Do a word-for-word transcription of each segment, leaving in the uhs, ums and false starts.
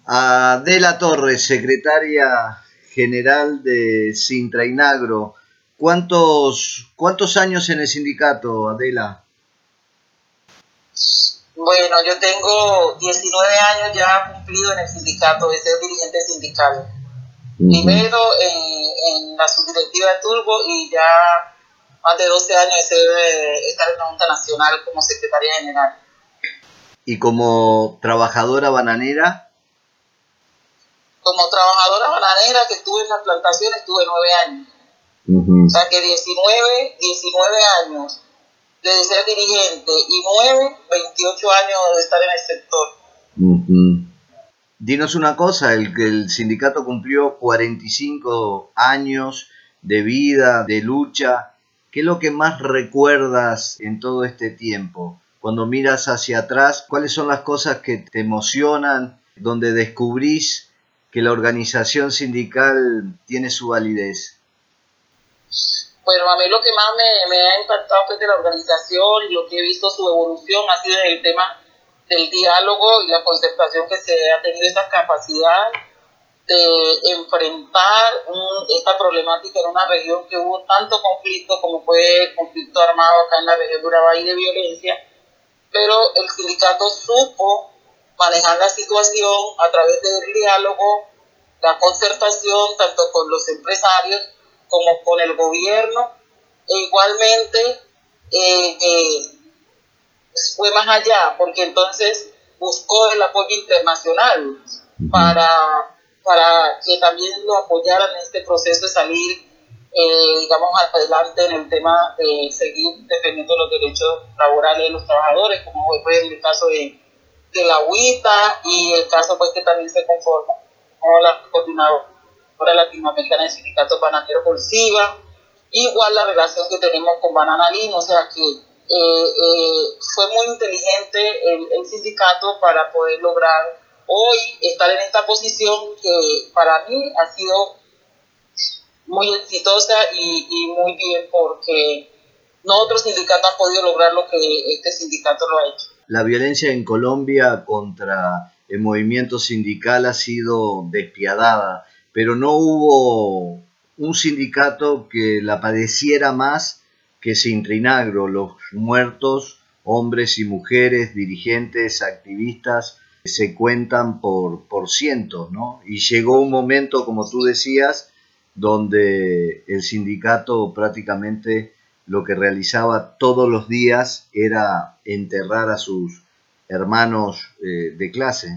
Adela Torres, secretaria general de Sintrainagro. ¿Cuántos, ¿Cuántos años en el sindicato, Adela? Bueno, yo tengo diecinueve años ya cumplido en el sindicato, de ser dirigente sindical. Uh-huh. Primero en, en la subdirectiva de Turbo y ya más de doce años de ser, eh, estar en la Junta Nacional como secretaria general. ¿Y como trabajadora bananera? Como trabajadora bananera que estuve en las plantaciones, estuve nueve años. Uh-huh. O sea que diecinueve, diecinueve años de ser dirigente y nueve, veintiocho años de estar en el sector. Uh-huh. Dinos una cosa, el que el sindicato cumplió cuarenta y cinco años de vida, de lucha. ¿Qué es lo que más recuerdas en todo este tiempo? Cuando miras hacia atrás, ¿cuáles son las cosas que te emocionan, donde descubrís que la organización sindical tiene su validez? Bueno, a mí lo que más me, me ha impactado pues, de la organización y lo que he visto su evolución ha sido el tema del diálogo y la concertación que se ha tenido, esa capacidad de enfrentar un, esta problemática en una región que hubo tanto conflicto como fue el conflicto armado acá en la región de Urabá y de violencia, pero el sindicato supo manejar la situación a través del diálogo, la concertación, tanto con los empresarios como con el gobierno, e igualmente eh, eh, fue más allá, porque entonces buscó el apoyo internacional uh-huh. para, para que también lo apoyaran en este proceso de salir, eh, digamos, adelante en el tema de seguir defendiendo los derechos laborales de los trabajadores, como fue en el caso de, de la UITA y el caso pues que también se conforma con la coordinadora latinoamericana de sindicatos bananeros Bolsiva, igual la relación que tenemos con Banana Lima, o sea que eh, eh, fue muy inteligente el, el sindicato para poder lograr hoy estar en esta posición que para mí ha sido muy exitosa y, y muy bien, porque no otros sindicatos han podido lograr lo que este sindicato lo ha hecho. La violencia en Colombia contra el movimiento sindical ha sido despiadada, pero no hubo un sindicato que la padeciera más que Sintrainagro. Los muertos, hombres y mujeres, dirigentes, activistas, se cuentan por, por cientos, ¿no? Y llegó un momento, como tú decías, donde el sindicato prácticamente lo que realizaba todos los días era enterrar a sus hermanos eh, de clase.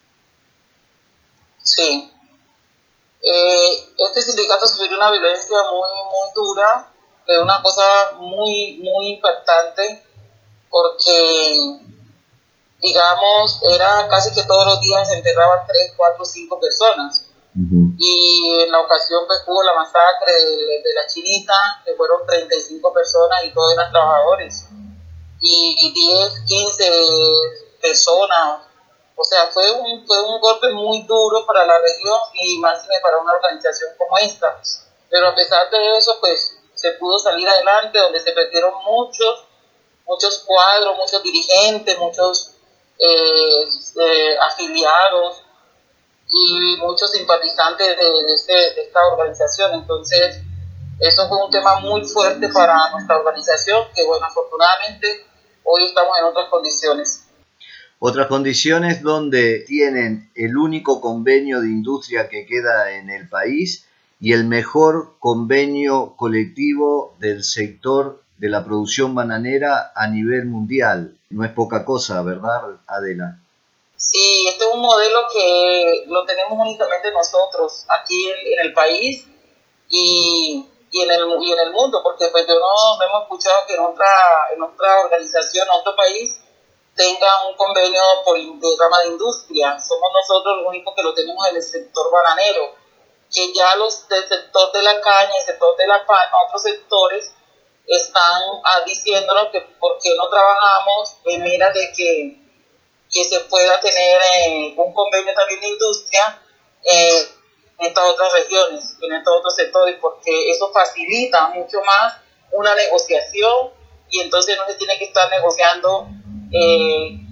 Sí. Eh, este sindicato sufrió una violencia muy, muy dura, pero una cosa muy, muy impactante, porque, digamos, era casi que todos los días se enterraban tres, cuatro, cinco personas. Uh-huh. Y en la ocasión pues hubo la masacre de, de la Chinita, que fueron treinta y cinco personas y todos eran trabajadores. Y diez, quince personas. O sea, fue un, fue un golpe muy duro para la región y más para una organización como esta. Pero a pesar de eso, pues se pudo salir adelante, donde se perdieron muchos, muchos cuadros, muchos dirigentes, muchos eh, eh, afiliados y muchos simpatizantes de, de, ese, de esta organización. Entonces, eso fue un tema muy fuerte para nuestra organización, que bueno, afortunadamente hoy estamos en otras condiciones. Otras condiciones donde tienen el único convenio de industria que queda en el país y el mejor convenio colectivo del sector de la producción bananera a nivel mundial. No es poca cosa, ¿verdad, Adela? Sí, este es un modelo que lo tenemos únicamente nosotros aquí en, en el país y, y, en el, y en el mundo, porque pues yo no, no hemos escuchado que en otra, en otra organización, en otro país, tenga un convenio por de rama de industria. Somos nosotros los únicos que lo tenemos en el sector bananero, que ya los del sector de la caña, el sector de la palma, otros sectores están ah, diciéndonos que por qué no trabajamos en miras de que, que se pueda tener eh, un convenio también de industria eh, en estas otras regiones, en estos otros sectores, porque eso facilita mucho más una negociación y entonces no se tiene que estar negociando Eh,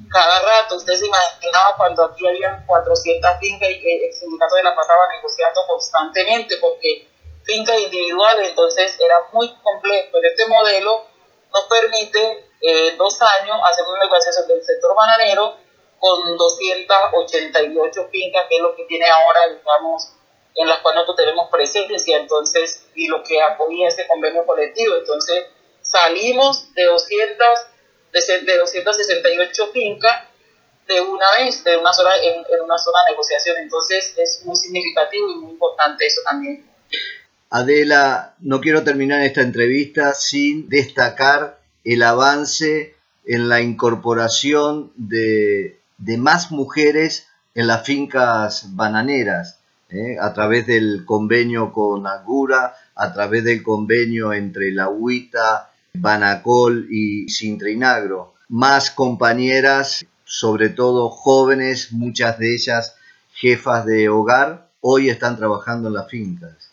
cada rato. Usted se imaginaba cuando aquí había cuatrocientas fincas y que el sindicato de la pasaba negociando constantemente porque fincas individuales, entonces era muy complejo. Pero este modelo nos permite en eh, dos años hacer una negociación del sector bananero con doscientas ochenta y ocho fincas, que es lo que tiene ahora, digamos, en las cuales nosotros tenemos presencia, entonces, y lo que apoya ese convenio colectivo. Entonces, salimos de doscientas, de doscientas sesenta y ocho fincas de una vez, de una sola, en, en una sola negociación. Entonces, es muy significativo y muy importante eso también. Adela, no quiero terminar esta entrevista sin destacar el avance en la incorporación de, de más mujeres en las fincas bananeras, ¿eh? A través del convenio con Agura, a través del convenio entre la UITA, Banacol y Sintrinagro. Más compañeras, sobre todo jóvenes, muchas de ellas jefas de hogar, hoy están trabajando en las fincas.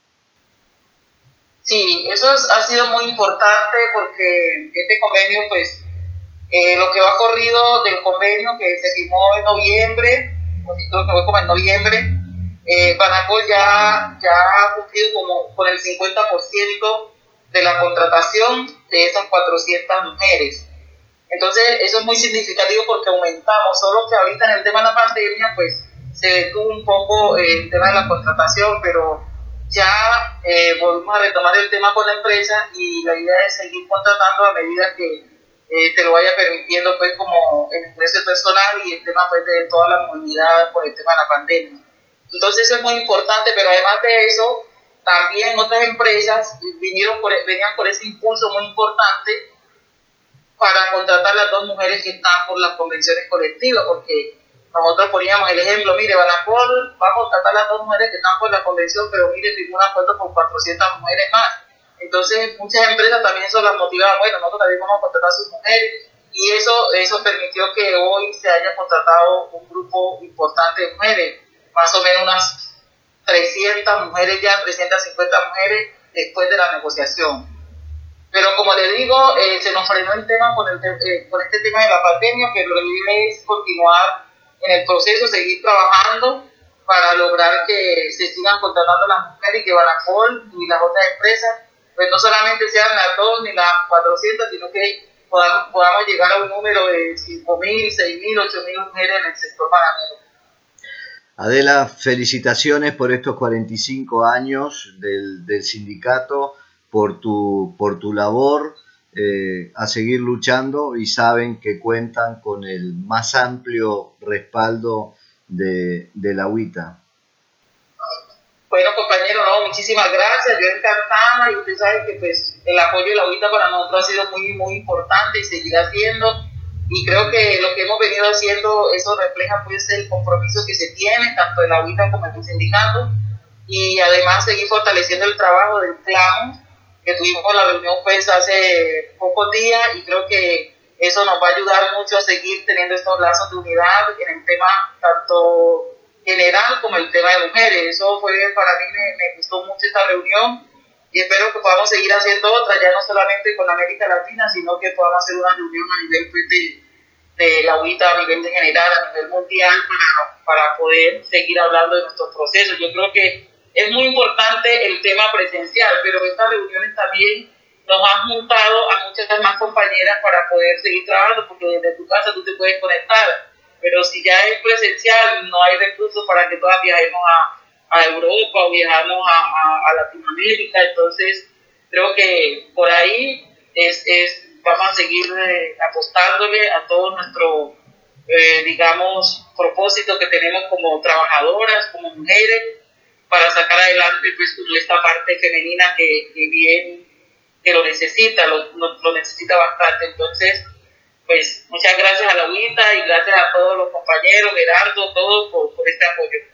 Sí, eso es, ha sido muy importante porque este convenio, pues, eh, lo que va corrido del convenio que se firmó en noviembre, creo que fue como en noviembre, eh, Banacol ya, ya ha cumplido como con el cincuenta por ciento de la contratación de esas cuatrocientas mujeres. Entonces, eso es muy significativo porque aumentamos, solo que ahorita en el tema de la pandemia, pues, se detuvo un poco el tema de la contratación, pero ya eh, volvimos a retomar el tema con la empresa y la idea es seguir contratando a medida que eh, te lo vaya permitiendo, pues, como el ingreso personal y el tema, pues, de toda la movilidad por el tema de la pandemia. Entonces eso es muy importante, pero además de eso, también otras empresas vinieron por, venían por ese impulso muy importante para contratar las dos mujeres que están por las convenciones colectivas, porque nosotros poníamos el ejemplo, mire, Banacol va a contratar las dos mujeres que están por la convención, pero mire, firmó un acuerdo por cuatrocientas mujeres más. Entonces, muchas empresas también eso las motivaban, bueno, nosotros también vamos a contratar a sus mujeres, y eso, eso permitió que hoy se haya contratado un grupo importante de mujeres, más o menos unas trescientas mujeres ya, trescientas cincuenta mujeres después de la negociación. Pero como le digo, eh, se nos frenó el tema con, el, eh, con este tema de la pandemia, pero lo que es continuar en el proceso, seguir trabajando para lograr que se sigan contratando las mujeres y que Banacol y las otras empresas, pues no solamente sean las dos ni las cuatrocientas, sino que podamos, podamos llegar a un número de cinco mil, seis mil, ocho mil mujeres en el sector bananero. Adela, felicitaciones por estos cuarenta y cinco años del, del sindicato, por tu, por tu labor, eh, a seguir luchando, y saben que cuentan con el más amplio respaldo de, de la UITA. Bueno, compañero, no, muchísimas gracias, yo encantada, y usted sabe que pues el apoyo de la UITA para nosotros ha sido muy, muy importante y seguirá siendo, y creo que lo que hemos venido haciendo, eso refleja pues el compromiso que se tiene, tanto de la UITA como del sindicato, y además seguir fortaleciendo el trabajo del CLAM, que tuvimos la reunión pues hace pocos días, y creo que eso nos va a ayudar mucho a seguir teniendo estos lazos de unidad en el tema tanto general como el tema de mujeres. Eso fue, para mí me, me gustó mucho esta reunión, y espero que podamos seguir haciendo otras, ya no solamente con América Latina, sino que podamos hacer una reunión a nivel pues, de, de la UITA, a nivel de general, a nivel mundial, para, para poder seguir hablando de nuestros procesos. Yo creo que es muy importante el tema presencial, pero estas reuniones también nos han juntado a muchas más compañeras para poder seguir trabajando, porque desde tu casa tú te puedes conectar, pero si ya es presencial, no hay recursos para que todas viajemos a, a Europa o viajamos a, a, a Latinoamérica. Entonces creo que por ahí es, es vamos a seguir eh, apostándole a todo nuestro, eh, digamos, propósito que tenemos como trabajadoras, como mujeres, para sacar adelante pues esta parte femenina que, que bien que lo necesita, lo, lo, lo necesita bastante. Entonces, pues muchas gracias a la UITA y gracias a todos los compañeros, Gerardo, todos por, por este apoyo.